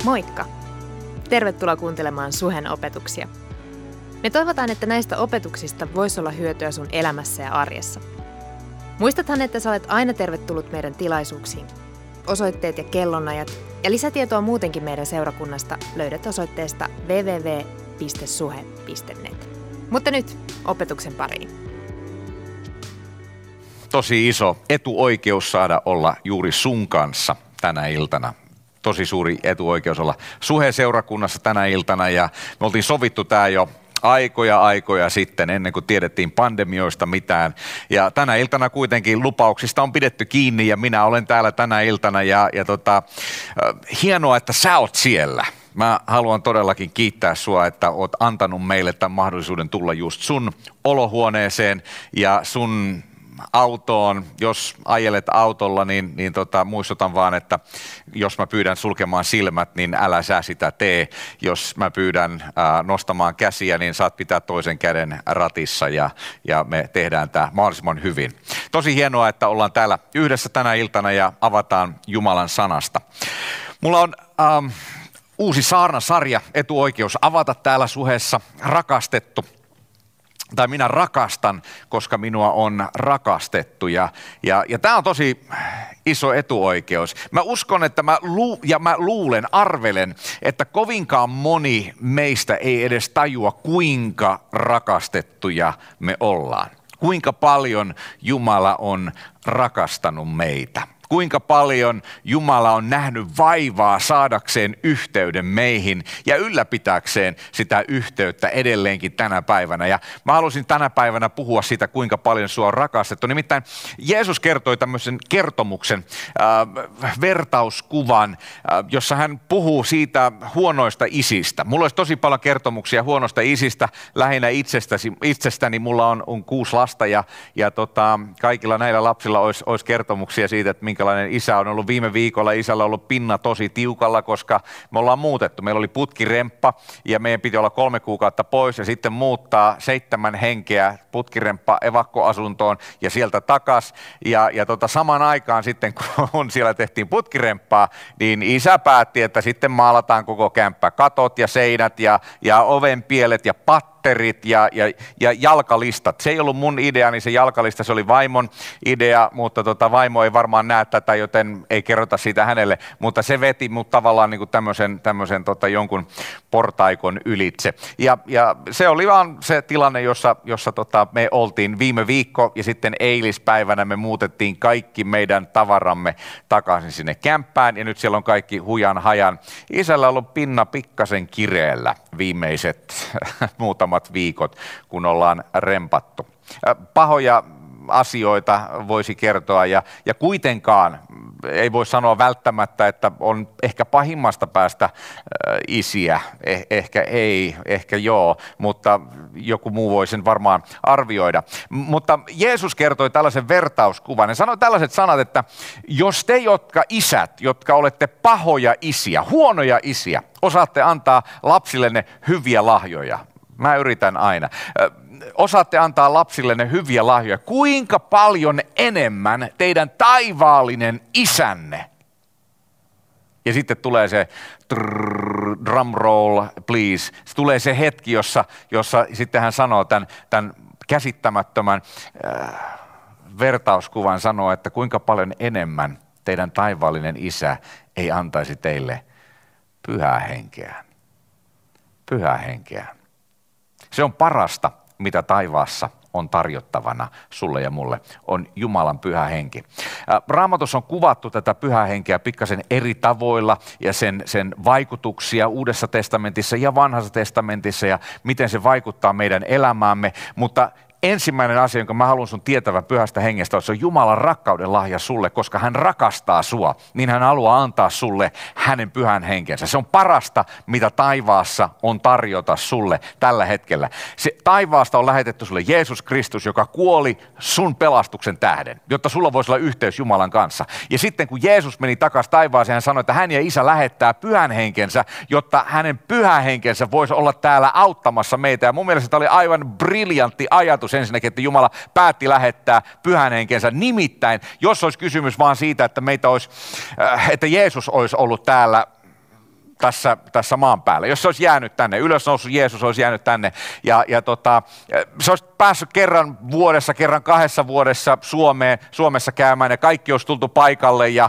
Moikka! Tervetuloa kuuntelemaan Suhen opetuksia. Me toivotaan, että näistä opetuksista voisi olla hyötyä sun elämässä ja arjessa. Muistathan, että sä olet aina tervetullut meidän tilaisuuksiin. Osoitteet ja kellonajat ja lisätietoa muutenkin meidän seurakunnasta löydät osoitteesta www.suhe.net. Mutta nyt opetuksen pariin. Tosi iso etuoikeus saada olla juuri sun kanssa tänä iltana. Tosi suuri etuoikeus olla Suhe-seurakunnassa tänä iltana ja me oltiin sovittu tää jo aikoja sitten, ennen kuin tiedettiin pandemioista mitään. Ja tänä iltana kuitenkin lupauksista on pidetty kiinni ja minä olen täällä tänä iltana ja hienoa, että sä oot siellä. Mä haluan todellakin kiittää sua, että oot antanut meille tämän mahdollisuuden tulla just sun olohuoneeseen ja sun autoon. Jos ajelet autolla, niin muistutan vaan, että jos mä pyydän sulkemaan silmät, niin älä sä sitä tee. Jos mä pyydän nostamaan käsiä, niin saat pitää toisen käden ratissa ja me tehdään tämä mahdollisimman hyvin. Tosi hienoa, että ollaan täällä yhdessä tänä iltana ja avataan Jumalan sanasta. Mulla on uusi saarnasarja, etuoikeus avata täällä Suhessa, rakastettu. Tai minä rakastan, koska minua on rakastettu. Ja tämä on tosi iso etuoikeus. Mä uskon, että mä arvelen, että kovinkaan moni meistä ei edes tajua, kuinka rakastettuja me ollaan. Kuinka paljon Jumala on rakastanut meitä. Kuinka paljon Jumala on nähnyt vaivaa saadakseen yhteyden meihin ja ylläpitääkseen sitä yhteyttä edelleenkin tänä päivänä. Ja mä haluaisin tänä päivänä puhua siitä, kuinka paljon sua on rakastettu. Nimittäin Jeesus kertoi tämmöisen kertomuksen, vertauskuvan, jossa hän puhuu siitä huonoista isistä. Mulla olisi tosi paljon kertomuksia huonoista isistä, lähinnä itsestäni. Mulla on 6 lasta ja kaikilla näillä lapsilla olisi kertomuksia siitä, että minkälainen isä on ollut. Viime viikolla isällä on ollut pinna tosi tiukalla, koska me ollaan muutettu. Meillä oli putkiremppa ja meidän piti olla 3 kuukautta pois ja sitten muuttaa 7 henkeä putkiremppa evakkoasuntoon ja sieltä takas. Ja samaan aikaan sitten, kun siellä tehtiin putkiremppaa, niin isä päätti, että sitten maalataan koko kämppä, katot ja seinät ja ovenpielet ja patterit ja jalkalistat. Se ei ollut mun idea, niin se jalkalista, se oli vaimon idea, mutta vaimo ei varmaan näe tätä, joten ei kerrota siitä hänelle, mutta se veti mut tavallaan niin kuin tämmöisen jonkun portaikon ylitse. Ja se oli vaan se tilanne, jossa me oltiin viime viikko ja sitten eilispäivänä me muutettiin kaikki meidän tavaramme takaisin sinne kämppään ja nyt siellä on kaikki hujan hajan. Isällä on ollut pinna pikkasen kireellä viimeiset muutamat viikot, kun ollaan rempattu. Pahoja asioita voisi kertoa ja kuitenkaan ei voi sanoa välttämättä, että on ehkä pahimmasta päästä isiä, ehkä ei, ehkä joo, mutta joku muu voi sen varmaan arvioida. Mutta Jeesus kertoi tällaisen vertauskuvan ja sanoi tällaiset sanat, että jos te jotka olette pahoja isiä, huonoja isiä, osaatte antaa lapsillenne hyviä lahjoja. Mä yritän aina. Osaatte antaa lapsillenne hyviä lahjoja. Kuinka paljon enemmän teidän taivaallinen isänne? Ja sitten tulee se drum roll, please. Se tulee se hetki, jossa sitten hän sanoo tämän käsittämättömän vertauskuvan, sanoo, että kuinka paljon enemmän teidän taivaallinen isä ei antaisi teille pyhää henkeä. Pyhää henkeä. Se on parasta, mitä taivaassa on tarjottavana sulle ja mulle, on Jumalan pyhä henki. Raamatussa on kuvattu tätä pyhää henkeä pikkasen eri tavoilla ja sen vaikutuksia Uudessa testamentissa ja Vanhassa testamentissa ja miten se vaikuttaa meidän elämäämme, mutta ensimmäinen asia, jonka mä haluan sun tietävän pyhästä hengestä, on se Jumalan rakkauden lahja sulle, koska hän rakastaa sua, niin hän haluaa antaa sulle hänen pyhän henkensä. Se on parasta, mitä taivaassa on tarjota sulle tällä hetkellä. Se taivaasta on lähetetty sulle Jeesus Kristus, joka kuoli sun pelastuksen tähden, jotta sulla voisi olla yhteys Jumalan kanssa. Ja sitten kun Jeesus meni takaisin taivaaseen, hän sanoi, että hän ja Isä lähettää pyhän henkensä, jotta hänen pyhä henkensä voisi olla täällä auttamassa meitä. Ja mun mielestä tämä oli aivan briljantti ajatus ensinnäkin, että Jumala päätti lähettää pyhän henkensä. Nimittäin, jos olisi kysymys vaan siitä, että että Jeesus olisi ollut täällä tässä maan päällä. Jos se olisi jäänyt tänne, ylösnoussut Jeesus olisi jäänyt tänne ja se olisi päässyt kerran vuodessa, kerran 2 vuodessa Suomessa käymään ja kaikki olisi tultu paikalle ja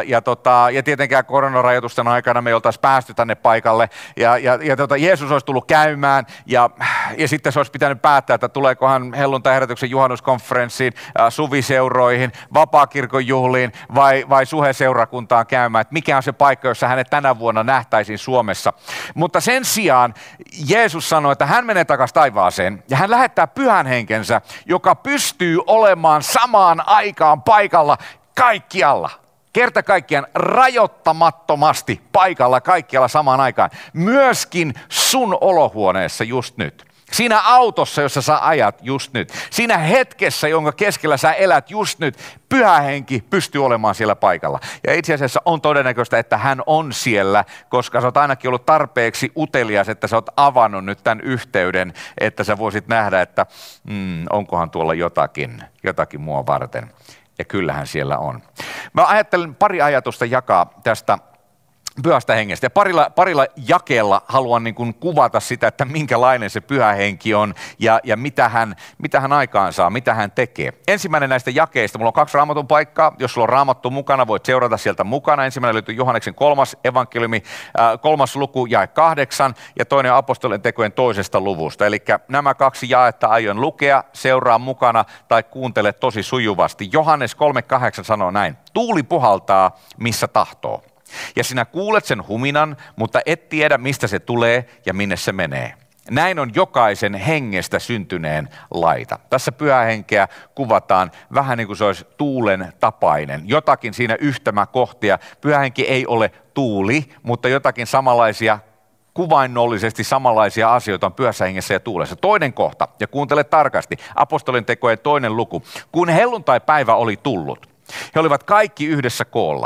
tietenkään koronarajoitusten aikana me ei oltaisi päästy tänne paikalle ja Jeesus olisi tullut käymään ja sitten se olisi pitänyt päättää, että tuleekohan helluntai-herätyksen juhannuskonferenssiin, suviseuroihin, vapaakirkon juhliin vai suheseurakuntaan käymään, että mikä on se paikka, jossa hänet tänä vuonna nähtäisiin Suomessa. Mutta sen sijaan Jeesus sanoi, että hän menee takaisin taivaaseen ja hän lähettää Pyhän Henkensä, joka pystyy olemaan samaan aikaan paikalla kaikkialla. Kerta kaikkiaan rajoittamattomasti paikalla kaikkialla samaan aikaan. Myöskin sun olohuoneessa just nyt. Siinä autossa, jossa sä ajat just nyt. Siinä hetkessä, jonka keskellä sä elät just nyt. Pyhä Henki pystyy olemaan siellä paikalla. Ja itse asiassa on todennäköistä, että hän on siellä, koska sä oot ainakin ollut tarpeeksi utelias, että sä oot avannut nyt tämän yhteyden, että sä voisit nähdä, että onkohan tuolla jotakin mua varten. Ja kyllähän siellä on. Mä ajattelen pari ajatusta jakaa tästä Pyhästä Hengestä. Ja parilla jakeella haluan niin kuin kuvata sitä, että minkälainen se Pyhä Henki on ja mitä hän aikaan saa, mitä hän tekee. Ensimmäinen näistä jakeista, mulla on 2 raamatun paikkaa. Jos sulla on raamattu mukana, voit seurata sieltä mukana. Ensimmäinen löytyy Johanneksen 3. evankeliumi, 3. luku jae 8 ja toinen apostolien tekojen 2. luvusta. Eli nämä 2 jaetta aion lukea, seuraa mukana tai kuuntele tosi sujuvasti. Johannes 3.8 sanoo näin. Tuuli puhaltaa, missä tahtoo. Ja sinä kuulet sen huminan, mutta et tiedä, mistä se tulee ja minne se menee. Näin on jokaisen hengestä syntyneen laita. Tässä Pyhää Henkeä kuvataan vähän niin kuin se olisi tuulen tapainen. Jotakin siinä yhtymäkohtia. Pyhä Henki ei ole tuuli, mutta jotakin samanlaisia, kuvainnollisesti samanlaisia asioita on Pyhässä Hengessä ja tuulessa. Toinen kohta, ja kuuntele tarkasti, apostolien tekojen 2. luku. Kun helluntai-päivä oli tullut, he olivat kaikki yhdessä koolla.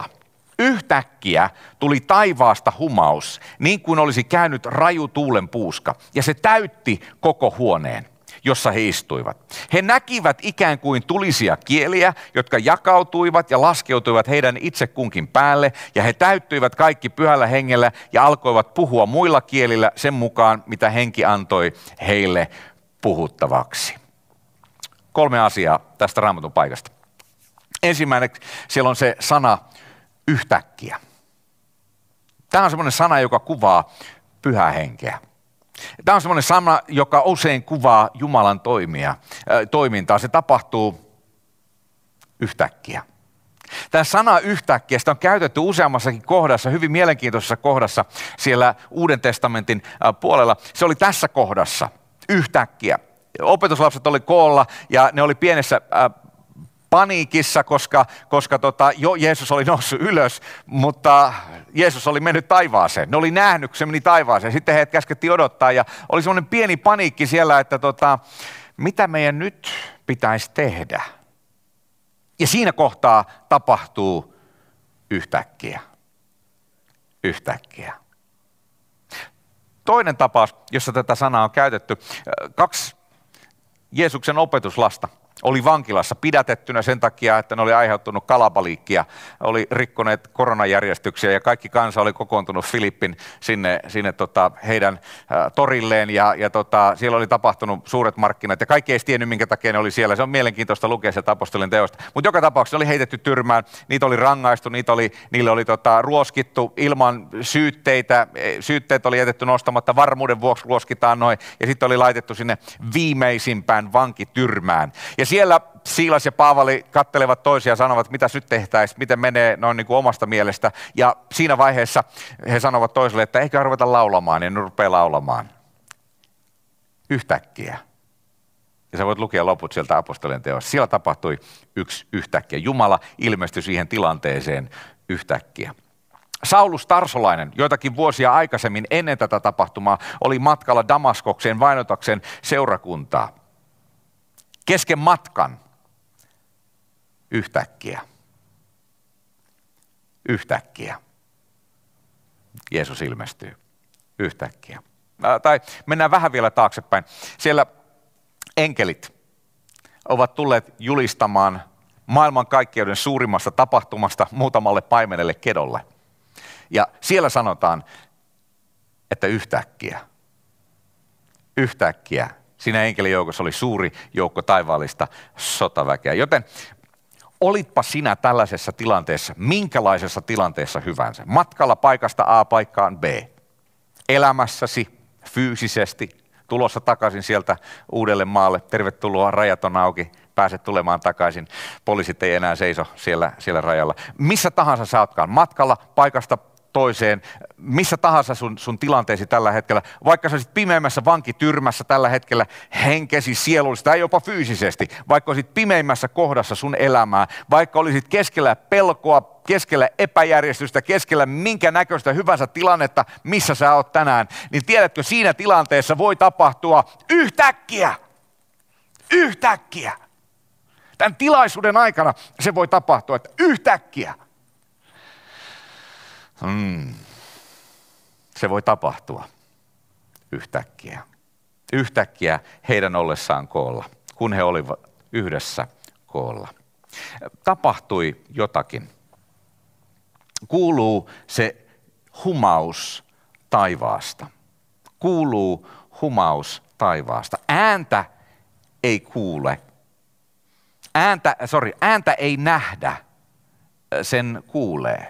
Yhtäkkiä tuli taivaasta humaus, niin kuin olisi käynyt raju tuulen puuska, ja se täytti koko huoneen, jossa he istuivat. He näkivät ikään kuin tulisia kieliä, jotka jakautuivat ja laskeutuivat heidän itse kunkin päälle, ja he täyttyivät kaikki Pyhällä Hengellä ja alkoivat puhua muilla kielillä sen mukaan, mitä Henki antoi heille puhuttavaksi. 3 asiaa tästä raamatun paikasta. Ensimmäinen, siellä on se sana yhtäkkiä. Tämä on semmoinen sana, joka kuvaa Pyhää Henkeä. Tämä on semmoinen sana, joka usein kuvaa Jumalan toimintaa. Se tapahtuu yhtäkkiä. Tämä sana yhtäkkiä, sitä on käytetty useammassakin kohdassa, hyvin mielenkiintoisessa kohdassa siellä Uuden testamentin puolella. Se oli tässä kohdassa, yhtäkkiä. Opetuslapset oli koolla ja ne oli pienessä paniikissa, koska Jeesus oli noussut ylös, mutta Jeesus oli mennyt taivaaseen. Ne oli nähnyt, kun se meni taivaaseen. Sitten heidät käskettiin odottaa ja oli semmoinen pieni paniikki siellä, että mitä meidän nyt pitäisi tehdä? Ja siinä kohtaa tapahtuu yhtäkkiä. Yhtäkkiä. Toinen tapaus, jossa tätä sanaa on käytetty, 2 Jeesuksen opetuslasta oli vankilassa pidätettynä sen takia, että ne oli aiheuttanut kalabaliikkia, oli rikkoneet koronajärjestyksiä ja kaikki kansa oli kokoontunut Filippin sinne heidän torilleen ja siellä oli tapahtunut suuret markkinat ja kaikki ei tiennyt, minkä takia ne oli siellä. Se on mielenkiintoista lukea sieltä apostolien teosta. Mutta joka tapauksessa oli heitetty tyrmään, niitä oli rangaistu, niille oli ruoskittu ilman syytteitä. Syytteet oli jätetty nostamatta, varmuuden vuoksi ruoskitaan noin ja sitten oli laitettu sinne viimeisimpään vankityrmään. Ja siellä Siilas ja Paavali katselevat toisia ja sanovat, mitä nyt tehtäisiin, miten menee noin niin kuin omasta mielestä. Ja siinä vaiheessa he sanovat toiselle, että eikä ruveta laulamaan, ja ne rupeaa laulamaan. Yhtäkkiä. Ja sä voit lukea loput sieltä apostolien teosta. Siellä tapahtui yksi yhtäkkiä. Jumala ilmestyi siihen tilanteeseen yhtäkkiä. Saulus Tarsolainen joitakin vuosia aikaisemmin ennen tätä tapahtumaa oli matkalla Damaskokseen vainotakseen seurakuntaa. Kesken matkan yhtäkkiä. Yhtäkkiä. Jeesus ilmestyy. Yhtäkkiä. Tai mennään vähän vielä taaksepäin. Siellä enkelit ovat tulleet julistamaan maailmankaikkeuden suurimmasta tapahtumasta muutamalle paimenelle kedolle. Ja siellä sanotaan, että yhtäkkiä siinä enkelijoukossa oli suuri joukko taivaallista sotaväkeä. Joten olitpa sinä tällaisessa tilanteessa, minkälaisessa tilanteessa hyvänsä, matkalla paikasta A paikkaan B, elämässäsi fyysisesti, tulossa takaisin sieltä uudelle maalle, tervetuloa, rajat on auki, pääset tulemaan takaisin, poliisit ei enää seiso siellä rajalla. Missä tahansa sä ootkaan, matkalla paikasta toiseen, missä tahansa sun tilanteesi tällä hetkellä, vaikka sä olisit pimeimmässä vankityrmässä tällä hetkellä henkesi, sielullisesti tai jopa fyysisesti, vaikka olisit pimeimmässä kohdassa sun elämää, vaikka olisit keskellä pelkoa, keskellä epäjärjestystä, keskellä minkä näköistä hyvänsä tilannetta, missä sä oot tänään, niin tiedätkö, siinä tilanteessa voi tapahtua yhtäkkiä. Tämän tilaisuuden aikana se voi tapahtua, että yhtäkkiä. Se voi tapahtua yhtäkkiä. Yhtäkkiä heidän ollessaan koolla, kun he olivat yhdessä koolla. Tapahtui jotakin. Kuuluu se humaus taivaasta. Kuuluu humaus taivaasta. Ääntä ei kuule. Ääntä ei nähdä, sen kuulee.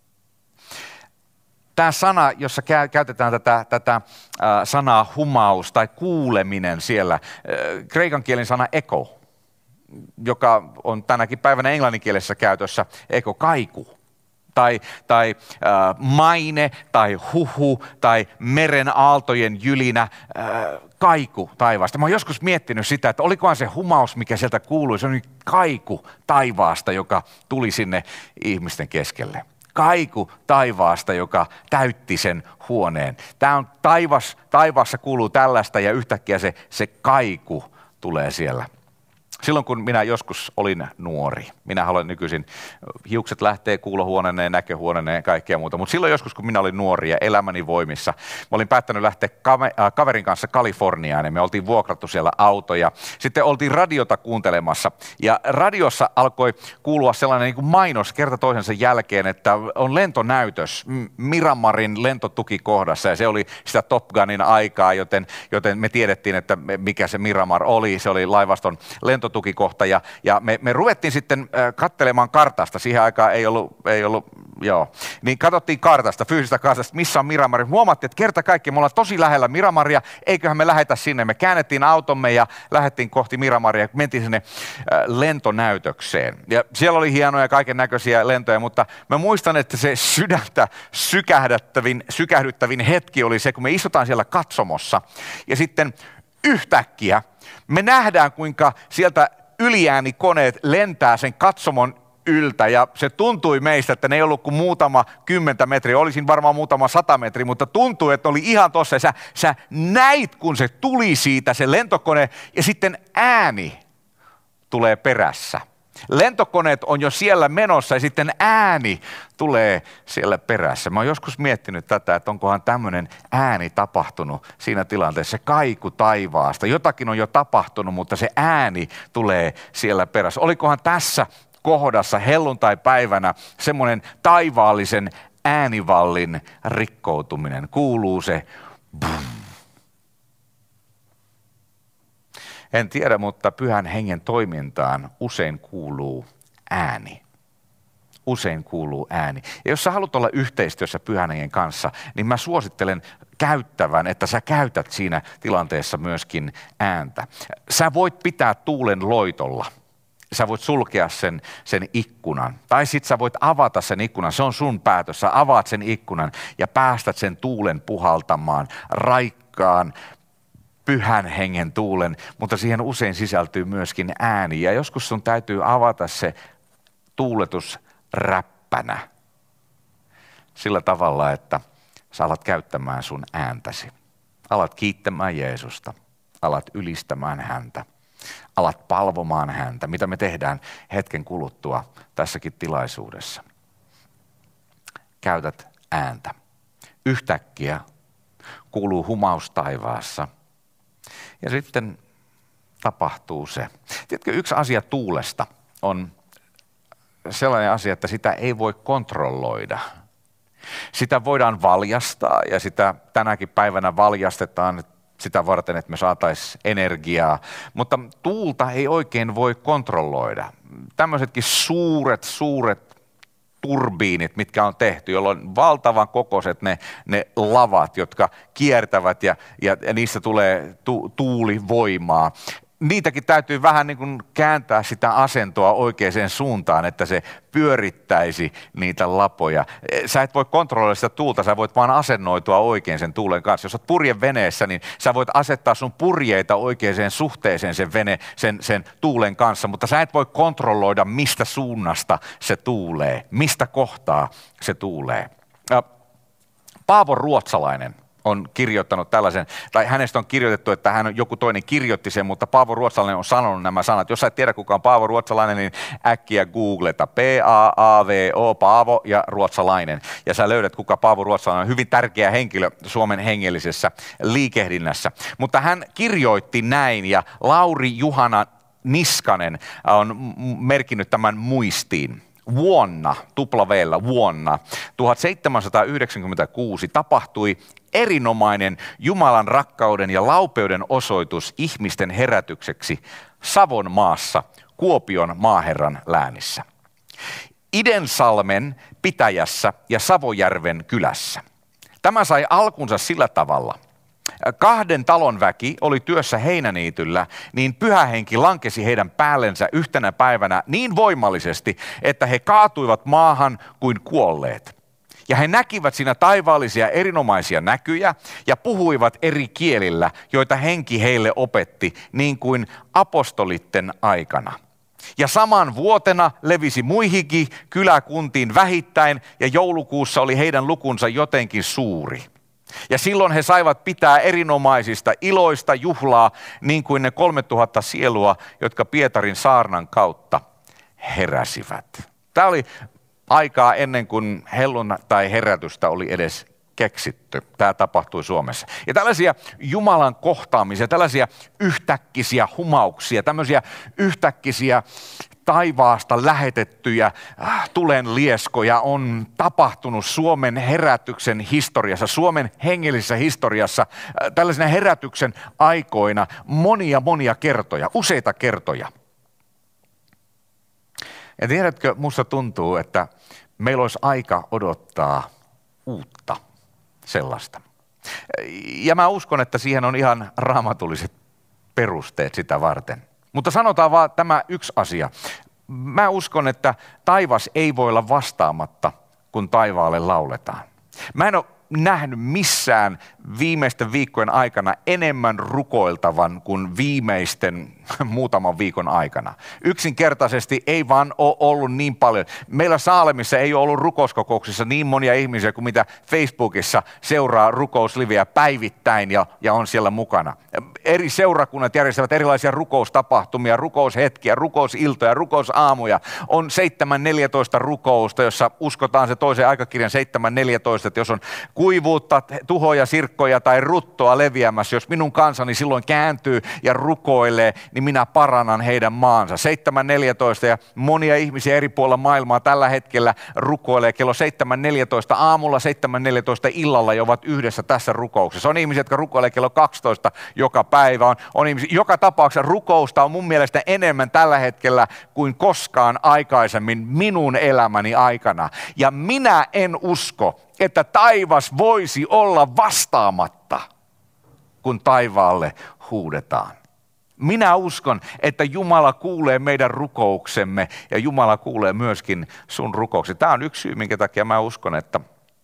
Tämä sana, jossa käytetään tätä sanaa humaus tai kuuleminen siellä, kreikan kielen sana eko, joka on tänäkin päivänä englanninkielisessä käytössä, eko, kaiku. Tai maine, tai huhu, tai meren aaltojen jylinä, kaiku taivaasta. Mä oon joskus miettinyt sitä, että olikohan se humaus, mikä sieltä kuului, se on kaiku taivaasta, joka tuli sinne ihmisten keskelle. Kaiku taivaasta, joka täytti sen huoneen. Tämä on taivaassa kuuluu tällaista ja yhtäkkiä se kaiku tulee siellä. Silloin kun minä joskus olin nuori, minä olen nykyisin, hiukset lähtee kuulohuoneeneen, näköhuoneeneen ja kaikkea muuta, mutta silloin joskus kun minä olin nuori ja elämäni voimissa, mä olin päättänyt lähteä kaverin kanssa Kaliforniaan ja me oltiin vuokrattu siellä autoja. Sitten oltiin radiota kuuntelemassa ja radiossa alkoi kuulua sellainen niin kuin mainos kerta toisensa jälkeen, että on lentonäytös Miramarin lentotukikohdassa ja se oli sitä Top Gunin aikaa, joten me tiedettiin, että mikä se Miramar oli, se oli laivaston lentotukikohta ja me ruvettiin sitten katselemaan kartasta, siihen aikaan ei ollut, niin katsottiin kartasta, fyysisestä kartasta, missä on Miramari. Huomattiin, että kerta kaikki me ollaan tosi lähellä Miramaria, eiköhän me lähetä sinne. Me käännettiin automme ja lähdettiin kohti Miramaria, mentiin sinne lentonäytökseen. Ja siellä oli hienoja kaiken näköisiä lentoja, mutta mä muistan, että se sydäntä sykähdyttävin hetki oli se, kun me istutaan siellä katsomossa ja sitten yhtäkkiä me nähdään, kuinka sieltä yliäänikoneet lentää sen katsomon yltä ja se tuntui meistä, että ne ei ollut kuin muutama 10 metriä, olisin varmaan muutama 100 metriä, mutta tuntui, että oli ihan tossa. Sä näit, kun se tuli siitä se lentokone ja sitten ääni tulee perässä. Lentokoneet on jo siellä menossa ja sitten ääni tulee siellä perässä. Mä oon joskus miettinyt tätä, että onkohan tämmöinen ääni tapahtunut siinä tilanteessa. Se kaiku taivaasta. Jotakin on jo tapahtunut, mutta se ääni tulee siellä perässä. Olikohan tässä kohdassa helluntai-päivänä semmoinen taivaallisen äänivallin rikkoutuminen? Kuuluu se bum. En tiedä, mutta Pyhän Hengen toimintaan usein kuuluu ääni. Usein kuuluu ääni. Ja jos sä haluat olla yhteistyössä Pyhän Hengen kanssa, niin mä suosittelen käyttävän, että sä käytät siinä tilanteessa myöskin ääntä. Sä voit pitää tuulen loitolla. Sä voit sulkea sen ikkunan. Tai sit sä voit avata sen ikkunan. Se on sun päätös. Sä avaat sen ikkunan ja päästät sen tuulen puhaltamaan raikkaan, Pyhän Hengen tuulen, mutta siihen usein sisältyy myöskin ääni. Ja joskus sun täytyy avata se tuuletus räppänä sillä tavalla, että sä alat käyttämään sun ääntäsi. Alat kiittämään Jeesusta, alat ylistämään häntä, alat palvomaan häntä, mitä me tehdään hetken kuluttua tässäkin tilaisuudessa. Käytät ääntä. Yhtäkkiä kuuluu humaus taivaassa. Ja sitten tapahtuu se. Tiedätkö, yksi asia tuulesta on sellainen asia, että sitä ei voi kontrolloida. Sitä voidaan valjastaa ja sitä tänäkin päivänä valjastetaan sitä varten, että me saataisiin energiaa, mutta tuulta ei oikein voi kontrolloida. Tämmöisetkin suuret turbiinit, mitkä on tehty, jolloin on valtavan kokoiset ne lavat, jotka kiertävät ja niistä tulee tuulivoimaa. Niitäkin täytyy vähän niin kuin kääntää sitä asentoa oikeaan suuntaan, että se pyörittäisi niitä lapoja. Sä et voi kontrolloida sitä tuulta, sä voit vaan asennoitua oikein sen tuulen kanssa. Jos olet purjeveneessä, niin sä voit asettaa sun purjeita oikeaan suhteeseen sen tuulen kanssa, mutta sä et voi kontrolloida, mistä suunnasta se tuulee, mistä kohtaa se tuulee. Paavo Ruotsalainen on kirjoittanut tällaisen, tai hänestä on kirjoitettu, että joku toinen kirjoitti sen, mutta Paavo Ruotsalainen on sanonut nämä sanat. Jos sä et tiedä, kuka on Paavo Ruotsalainen, niin äkkiä googleta P-A-A-V-O, Paavo ja Ruotsalainen. Ja sä löydät, kuka Paavo Ruotsalainen on. Hyvin tärkeä henkilö Suomen hengellisessä liikehdinnässä. Mutta hän kirjoitti näin, ja Lauri Juhana Niskanen on merkinnyt tämän muistiin. Vuonna 1796 tapahtui erinomainen Jumalan rakkauden ja laupeuden osoitus ihmisten herätykseksi Savon maassa Kuopion maaherran läänissä. Idensalmen pitäjässä ja Savojärven kylässä. Tämä sai alkunsa sillä tavalla. 2 talon väki oli työssä heinäniityllä, niin pyhä henki lankesi heidän päällensä yhtenä päivänä niin voimallisesti, että he kaatuivat maahan kuin kuolleet. Ja he näkivät siinä taivaallisia erinomaisia näkyjä ja puhuivat eri kielillä, joita henki heille opetti, niin kuin apostolitten aikana. Ja saman vuotena levisi muihinkin kyläkuntiin vähittäin ja joulukuussa oli heidän lukunsa jotenkin suuri. Ja silloin he saivat pitää erinomaisista iloista juhlaa, niin kuin ne 3000 sielua, jotka Pietarin saarnan kautta heräsivät. Tämä oli aikaa ennen kuin helluntai-herätystä oli edes keksitty. Tämä tapahtui Suomessa. Ja tällaisia Jumalan kohtaamisia, tällaisia yhtäkkisiä humauksia, tämmöisiä yhtäkkisiä taivaasta lähetettyjä tulenlieskoja on tapahtunut Suomen herätyksen historiassa, Suomen hengellisessä historiassa, tällaisena herätyksen aikoina monia kertoja, useita kertoja. Ja tiedätkö, musta tuntuu, että meillä olisi aika odottaa uutta sellaista. Ja mä uskon, että siihen on ihan raamatulliset perusteet sitä varten. Mutta sanotaan vaan tämä yksi asia. Mä uskon, että taivas ei voi olla vastaamatta, kun taivaalle lauletaan. Mä en ole nähnyt missään viimeisten viikkojen aikana enemmän rukoiltavan kuin viimeisten muutaman viikon aikana. Yksinkertaisesti ei vaan ole ollut niin paljon. Meillä Saalemissa ei ole ollut rukouskokouksissa niin monia ihmisiä kuin mitä Facebookissa seuraa rukousliviä päivittäin ja on siellä mukana. Eri seurakunnat järjestävät erilaisia rukoustapahtumia, rukoushetkiä, rukousiltoja, rukousaamuja. On 7.14 rukousta, jossa uskotaan se toisen aikakirjan 7.14, että jos on kuivuutta, tuhoja, sirkkoja tai ruttoa leviämässä, jos minun kansani silloin kääntyy ja rukoilee, niin minä parannan heidän maansa. 7.14 ja monia ihmisiä eri puolilla maailmaa tällä hetkellä rukoilee kello 7.14 aamulla, 7.14 illalla ja ovat yhdessä tässä rukouksessa. On ihmisiä, jotka rukoilee kello 12 joka päivä. On ihmisiä, joka tapauksessa rukousta on mun mielestä enemmän tällä hetkellä kuin koskaan aikaisemmin minun elämäni aikana. Ja minä en usko, että taivas voisi olla vastaamatta, kun taivaalle huudetaan. Minä uskon, että Jumala kuulee meidän rukouksemme ja Jumala kuulee myöskin sun rukouksen. Tämä on yksi syy, minkä takia mä uskon, että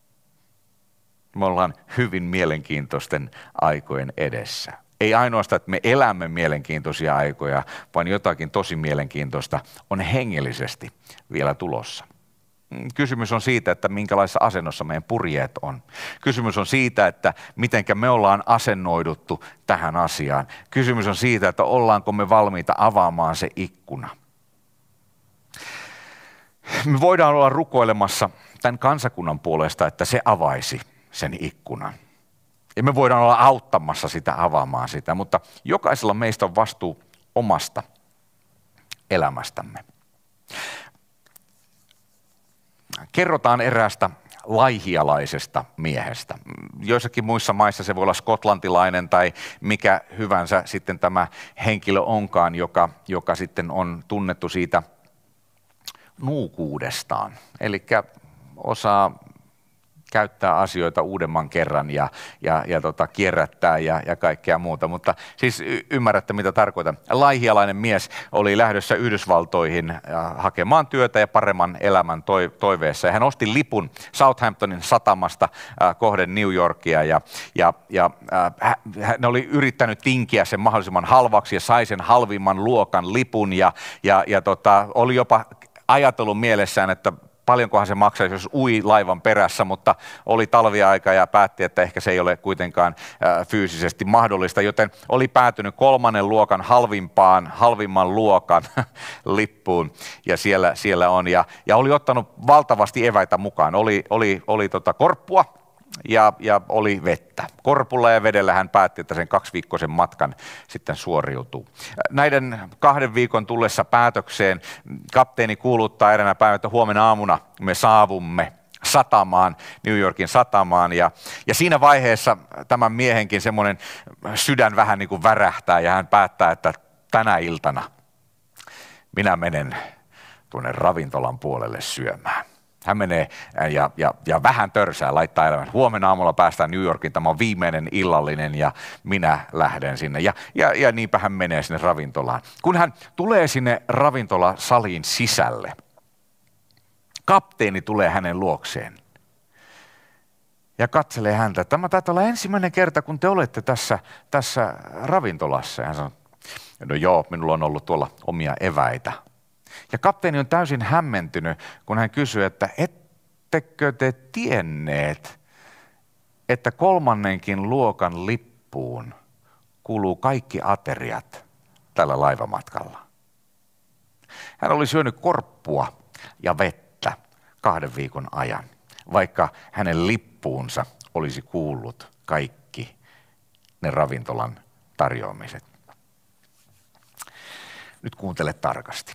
me ollaan hyvin mielenkiintoisten aikojen edessä. Ei ainoastaan, että me elämme mielenkiintoisia aikoja, vaan jotakin tosi mielenkiintoista on hengellisesti vielä tulossa. Kysymys on siitä, että minkälaisessa asennossa meidän purjeet on. Kysymys on siitä, että mitenkä me ollaan asennoiduttu tähän asiaan. Kysymys on siitä, että ollaanko me valmiita avaamaan se ikkuna. Me voidaan olla rukoilemassa tämän kansakunnan puolesta, että se avaisi sen ikkunan. Ja me voidaan olla auttamassa sitä avaamaan sitä, mutta jokaisella meistä on vastuu omasta elämästämme. Kerrotaan eräästä laihialaisesta miehestä. Joissakin muissa maissa se voi olla skotlantilainen tai mikä hyvänsä sitten tämä henkilö onkaan, joka sitten on tunnettu siitä nuukuudestaan. Eli osaa käyttää asioita uudemman kerran ja kierrättää ja kaikkea muuta. Mutta siis ymmärrätte, mitä tarkoitan. Laihialainen mies oli lähdössä Yhdysvaltoihin hakemaan työtä ja paremman elämän toiveessa. Ja hän osti lipun Southamptonin satamasta kohden New Yorkia ja hän oli yrittänyt tinkiä sen mahdollisimman halvaksi ja sai sen halvimman luokan lipun ja oli jopa ajatellut mielessään, että paljonkohan se maksaisi, jos ui laivan perässä, mutta oli talviaika ja päätti, että ehkä se ei ole kuitenkaan fyysisesti mahdollista, joten oli päätynyt 3. luokan halvimman luokan lippuun ja siellä on. Ja oli ottanut valtavasti eväitä mukaan. Oli korppua ja oli vettä. Korpulla ja vedellä hän päätti, että sen 2-viikkoisen matkan sitten suoriutuu. Näiden 2 viikon tullessa päätökseen kapteeni kuuluttaa eräänä päivänä, että huomenna aamuna me saavumme satamaan, New Yorkin satamaan. Ja siinä vaiheessa tämän miehenkin semmoinen sydän vähän niin kuin värähtää ja hän päättää, että tänä iltana minä menen tuonne ravintolan puolelle syömään. Hän menee ja vähän törsää, laittaa elämän. Huomenna aamulla päästään New Yorkiin, tämä on viimeinen illallinen ja minä lähden sinne. Ja niinpä hän menee sinne ravintolaan. Kun hän tulee sinne ravintolasaliin sisälle, kapteeni tulee hänen luokseen ja katselee häntä. Tämä taitaa olla ensimmäinen kerta, kun te olette tässä ravintolassa. Ja hän sanoo, no joo, minulla on ollut tuolla omia eväitä. Ja kapteeni on täysin hämmentynyt, kun hän kysyy, että ettekö te tienneet, että 3. luokan lippuun kuuluu kaikki ateriat tällä laivamatkalla. Hän oli syönyt korppua ja vettä 2 viikon ajan, vaikka hänen lippuunsa olisi kuullut kaikki ne ravintolan tarjoamiset. Nyt kuuntele tarkasti.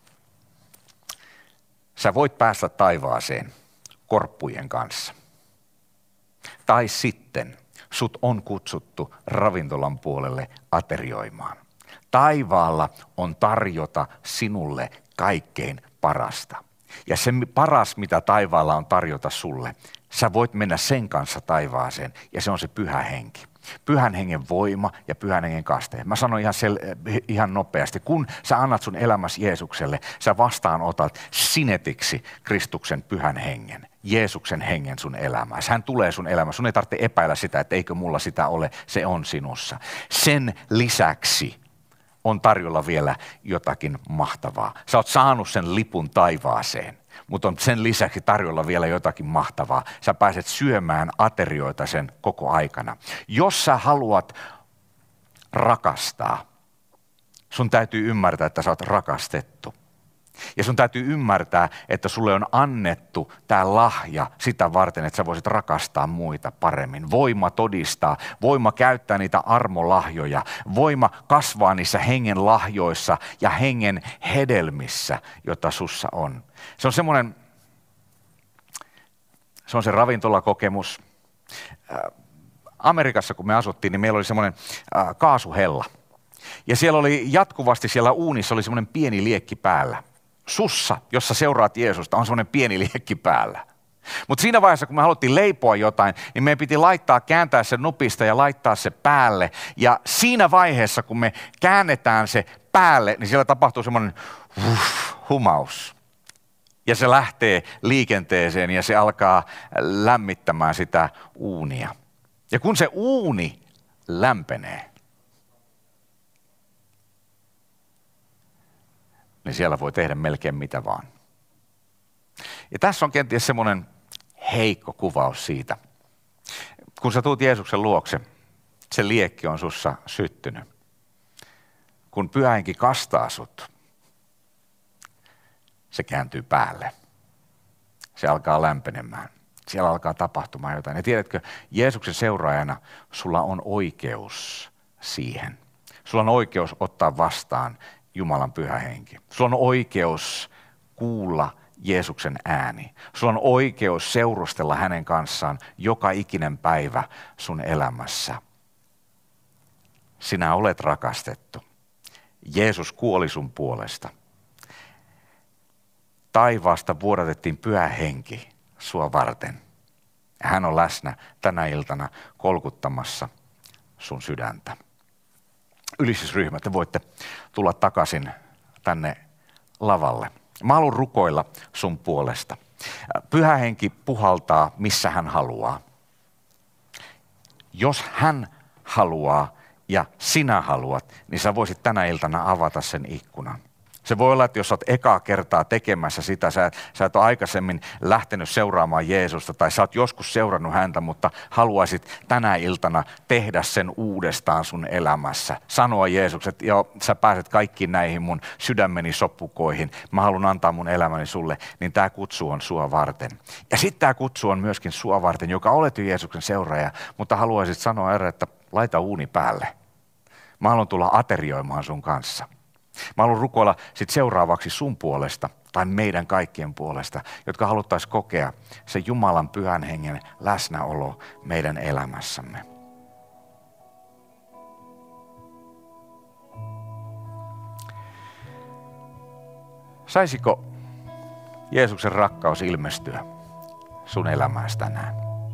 Sä voit päästä taivaaseen korppujen kanssa. Tai sitten sut on kutsuttu ravintolan puolelle aterioimaan. Taivaalla on tarjota sinulle kaikkein parasta. Ja se paras, mitä taivaalla on tarjota sulle, sä voit mennä sen kanssa taivaaseen ja se on se Pyhä Henki. Pyhän Hengen voima ja Pyhän Hengen kaste. Mä sanon ihan nopeasti, kun sä annat sun elämäsi Jeesukselle, sä vastaanotat sinetiksi Kristuksen Pyhän Hengen, Jeesuksen hengen sun elämääsi. Hän tulee sun elämään. Sun ei tarvitse epäillä sitä, että eikö mulla sitä ole, se on sinussa. Sen lisäksi on tarjolla vielä jotakin mahtavaa. Sä oot saanut sen lipun taivaaseen. Mutta on sen lisäksi tarjolla vielä jotakin mahtavaa. Sä pääset syömään aterioita sen koko aikana. Jos sä haluat rakastaa, sun täytyy ymmärtää, että sä oot rakastettu. Ja sun täytyy ymmärtää, että sulle on annettu tää lahja sitä varten, että sä voisit rakastaa muita paremmin. Voima todistaa, voima käyttää niitä armolahjoja, voima kasvaa niissä hengen lahjoissa ja hengen hedelmissä, jota sussa on. Se on se ravintolakokemus. Amerikassa, kun me asuttiin, niin meillä oli semmoinen kaasuhella. Ja siellä oli jatkuvasti siellä uunissa oli semmoinen pieni liekki päällä. Sussa, jossa seuraat Jeesusta, on semmoinen pieni liekki päällä. Mutta siinä vaiheessa, kun me haluttiin leipoa jotain, niin meidän piti kääntää se nupista ja laittaa se päälle. Ja siinä vaiheessa, kun me käännetään se päälle, niin siellä tapahtuu semmoinen humaus. Ja se lähtee liikenteeseen ja se alkaa lämmittämään sitä uunia. Ja kun se uuni lämpenee, niin siellä voi tehdä melkein mitä vaan. Ja tässä on kenties semmoinen heikko kuvaus siitä. Kun sä tuut Jeesuksen luokse, se liekki on sussa syttynyt. Kun Pyhä Henki kastaa sut, se kääntyy päälle. Se alkaa lämpenemään. Siellä alkaa tapahtumaan jotain. Ja tiedätkö, Jeesuksen seuraajana sulla on oikeus siihen. Sulla on oikeus ottaa vastaan Jumalan Pyhä Henki. Sulla on oikeus kuulla Jeesuksen ääni. Sulla on oikeus seurustella hänen kanssaan joka ikinen päivä sun elämässä. Sinä olet rakastettu. Jeesus kuoli sun puolesta. Taivaasta vuodatettiin Pyhä Henki sua varten. Hän on läsnä tänä iltana kolkuttamassa sun sydäntä. Ylistysryhmä, te voitte tulla takaisin tänne lavalle. Mä haluan rukoilla sun puolesta. Pyhä Henki puhaltaa, missä hän haluaa. Jos hän haluaa ja sinä haluat, niin sä voisit tänä iltana avata sen ikkunan. Se voi olla, että jos sä oot ekaa kertaa tekemässä sitä, sä et ole aikaisemmin lähtenyt seuraamaan Jeesusta tai sä oot joskus seurannut häntä, mutta haluaisit tänä iltana tehdä sen uudestaan sun elämässä. Sanoa Jeesukset, että joo, sä pääset kaikkiin näihin mun sydämeni soppukoihin, mä haluan antaa mun elämäni sulle, niin tää kutsu on sua varten. Ja sitten tää kutsu on myöskin sua varten, joka olet jo Jeesuksen seuraaja, mutta haluaisit sanoa että laita uuni päälle. Mä haluan tulla aterioimaan sun kanssa. Mä haluan rukoilla sit seuraavaksi sun puolesta tai meidän kaikkien puolesta, jotka haluttaisiin kokea se Jumalan Pyhän Hengen läsnäolo meidän elämässämme. Saisiko Jeesuksen rakkaus ilmestyä sun elämääsi tänään?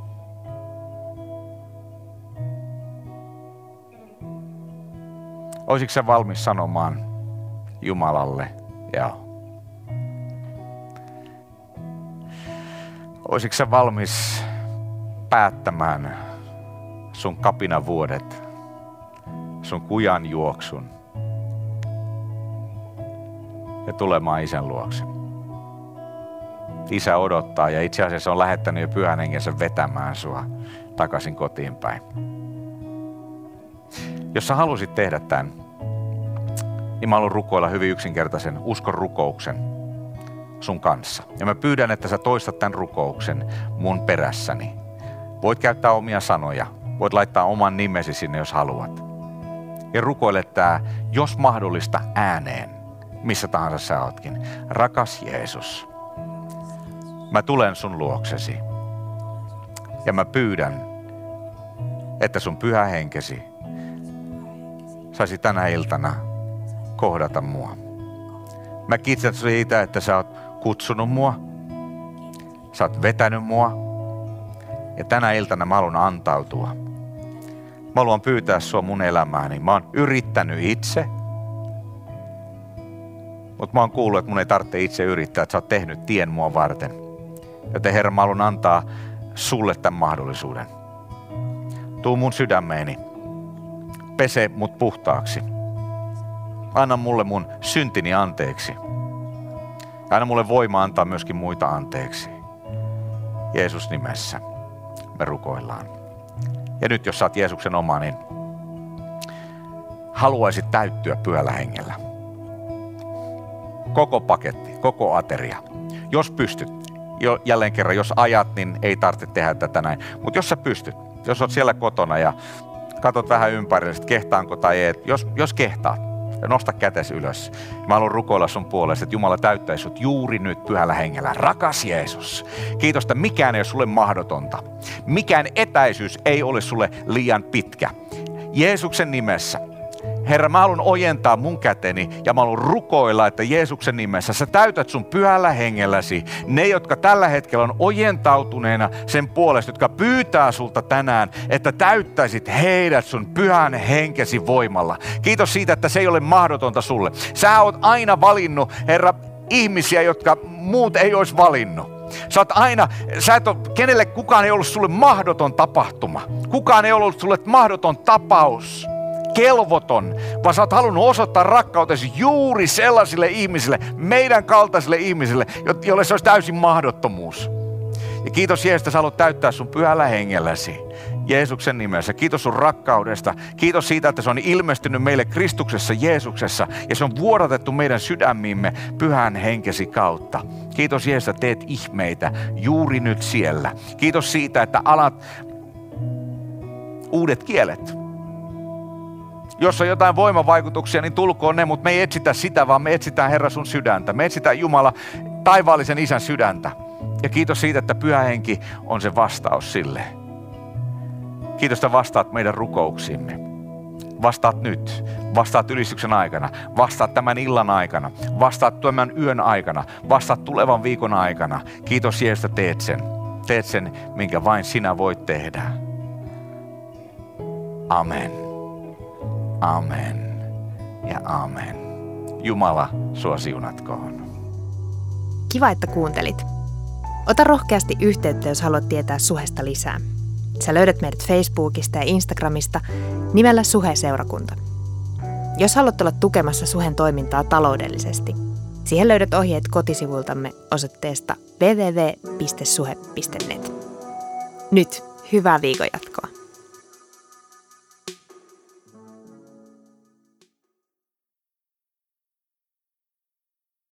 Olisitko sä valmis sanomaan Jumalalle ja olisitko sä valmis päättämään sun kapinavuodet, sun kujan juoksun ja tulemaan Isän luokse? Isä odottaa ja itse asiassa on lähettänyt jo Pyhän Hengensä vetämään sua takaisin kotiin päin. Jos sä halusit tehdä tämän, niin mä haluan rukoilla hyvin yksinkertaisen uskon rukouksen sun kanssa. Ja mä pyydän, että sä toistat tämän rukouksen mun perässäni. Voit käyttää omia sanoja, voit laittaa oman nimesi sinne, jos haluat. Ja rukoile tää, jos mahdollista, ääneen, missä tahansa sä ootkin. Rakas Jeesus, mä tulen sun luoksesi. Ja mä pyydän, että sun Pyhä Henkesi saisi tänä iltana kohdata mua. Mä kiitän siitä, että sä oot kutsunut mua, sä oot vetänyt mua ja tänä iltana mä haluan antautua. Mä haluan pyytää sua mun elämääni. Mä oon yrittänyt itse, mutta mä oon kuullut, että mun ei tarvitse itse yrittää, että sä oot tehnyt tien mua varten. Joten Herra, mä haluan antaa sulle tämän mahdollisuuden. Tuu mun sydämeeni. Pese mut puhtaaksi. Anna mulle mun syntini anteeksi. Anna mulle voima antaa myöskin muita anteeksi. Jeesus nimessä me rukoillaan. Ja nyt jos sä oot Jeesuksen oma, niin haluaisit täyttyä Pyhällä Hengellä. Koko paketti, koko ateria. Jos pystyt, jälleen kerran, jos ajat, niin ei tarvitse tehdä tätä näin. Mutta jos sä pystyt, jos oot siellä kotona ja katot vähän ympärille, kehtaanko tai ei, jos kehtaat, nosta kätesi ylös. Mä haluan rukoilla sun puolesta, että Jumala täyttäisi sut juuri nyt Pyhällä Hengellä. Rakas Jeesus, kiitos, että mikään ei ole sulle mahdotonta. Mikään etäisyys ei ole sulle liian pitkä. Jeesuksen nimessä. Herra, mä haluan ojentaa mun käteni ja mä haluan rukoilla, että Jeesuksen nimessä sä täytät sun Pyhällä Hengelläsi ne, jotka tällä hetkellä on ojentautuneena sen puolesta, jotka pyytää sulta tänään, että täyttäisit heidät sun Pyhän Henkesi voimalla. Kiitos siitä, että se ei ole mahdotonta sulle. Sä oot aina valinnut, Herra, ihmisiä, jotka muut ei olisi valinnut. Kukaan ei ollut sulle mahdoton tapahtuma. Kukaan ei ollut sulle mahdoton tapaus. Kelvoton, vaan sä oot halunnut osoittaa rakkautesi juuri sellaisille ihmisille, meidän kaltaisille ihmisille, joille se olisi täysin mahdottomuus. Ja kiitos Jeesus, että sä haluat täyttää sun Pyhällä Hengelläsi Jeesuksen nimessä. Kiitos sun rakkaudesta. Kiitos siitä, että se on ilmestynyt meille Kristuksessa Jeesuksessa ja se on vuodatettu meidän sydämiimme Pyhän Henkesi kautta. Kiitos Jeesus, että teet ihmeitä juuri nyt siellä. Kiitos siitä, että alat uudet kielet. Jos on jotain voimavaikutuksia, niin tulkoon ne, mutta me ei etsitä sitä, vaan me etsitään Herra sun sydäntä. Me etsitään Jumala taivaallisen Isän sydäntä. Ja kiitos siitä, että Pyhä Henki on se vastaus sille. Kiitos, että vastaat meidän rukouksiimme. Vastaat nyt, vastaat ylistyksen aikana, vastaat tämän illan aikana, vastaat tämän yön aikana, vastaat tulevan viikon aikana. Kiitos Jeesus, että teet sen. Teet sen, minkä vain sinä voit tehdä. Amen. Amen ja amen. Jumala sua siunatkoon. Kiva, että kuuntelit. Ota rohkeasti yhteyttä, jos haluat tietää Suhesta lisää. Sä löydät meidät Facebookista ja Instagramista nimellä Suhe-seurakunta. Jos haluat olla tukemassa Suhen toimintaa taloudellisesti, siihen löydät ohjeet kotisivuiltamme osoitteesta www.suhe.net. Nyt hyvää viikon jatkoa.